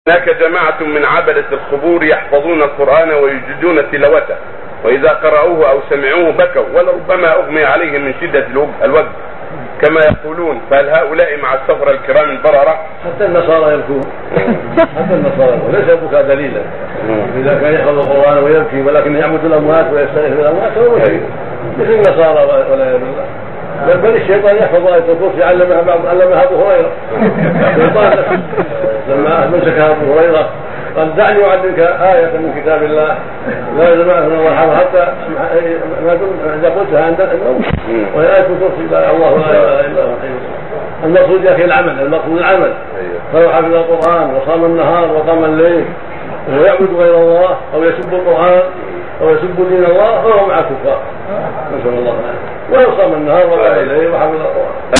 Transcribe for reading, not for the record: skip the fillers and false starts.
هناك جماعة من عبدة القبور يحفظون القرآن ويجدون تلاوته، وإذا قرأوه أو سمعوه بكوا ولربما أغمي عليهم من شدة الوجد كما يقولون، فهل هؤلاء مع السفرة الكرام البررة؟ حتى النصارى يبكون، حتى النصارى وليس البكاء دليلا. إذا كان يحفظ القرآن ويبكي ولكن يعبد الأموات ويستغيث بالأموات فهو مشرك مثل النصارى والعياذ بالله. بل الشيطان يحفظ آية الكرسي علمها أبو هريرة. الشيطان لما مسكها أبو هريرة قال دعني أعلمك آية من كتاب الله لا جماعة من الله حفظ حتى ما إذا قلتها عند الموت، وهي آية الكرسي لا الله لا إله إلا هو. المقصود يا أخي العمل، المقصود العمل. فلو حفظ القرآن وصام النهار وقام الليل ويعبد غير الله أو يسب القرآن أو يسب دين الله فهو مع الكفار، نسأل الله العافية. ولو صام النهار وقام الليل وحفظ القرآن